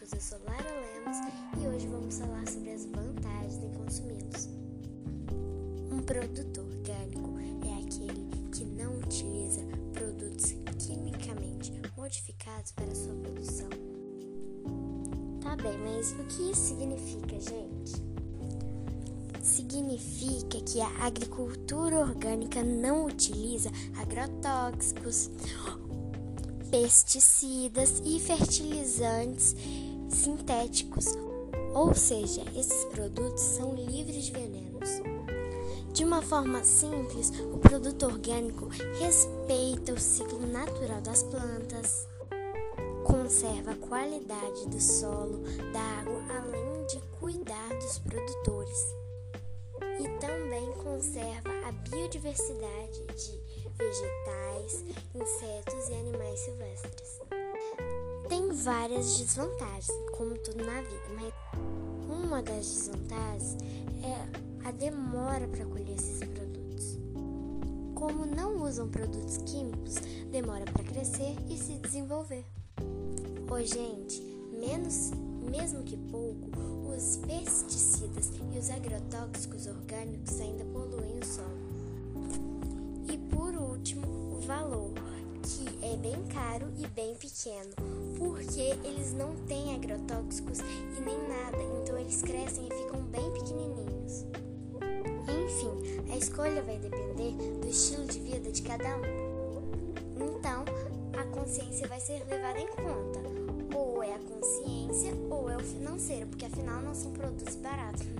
agrotóxicos. Eu sou Lara Lemos e hoje vamos falar sobre as vantagens em consumi-los. Um produto orgânico é aquele que não utiliza produtos quimicamente modificados para sua produção. Tá bem, mas o que isso significa, gente? Significa que a agricultura orgânica não utiliza agrotóxicos, pesticidas e fertilizantes sintéticos, ou seja, esses produtos são livres de venenos. De uma forma simples, o produto orgânico respeita o ciclo natural das plantas, conserva a qualidade do solo, da água, além de cuidar dos produtores. E também conserva a biodiversidade de vegetais, insetos e animais silvestres. Tem várias desvantagens, como tudo na vida, mas uma das desvantagens é a demora para colher esses produtos. Como não usam produtos químicos, demora para crescer e se desenvolver. Gente, mesmo que pouco, os pesticidas e os agrotóxicos orgânicos ainda poluem o solo. E por último, o valor, que é bem caro e bem pequeno, porque eles não têm agrotóxicos e nem nada, então eles crescem e ficam bem pequenininhos. Enfim, a escolha vai depender do estilo de vida de cada um. Então, a consciência vai ser levada em conta. Ou é a consciência ou é o financeiro, porque afinal não são produtos baratos.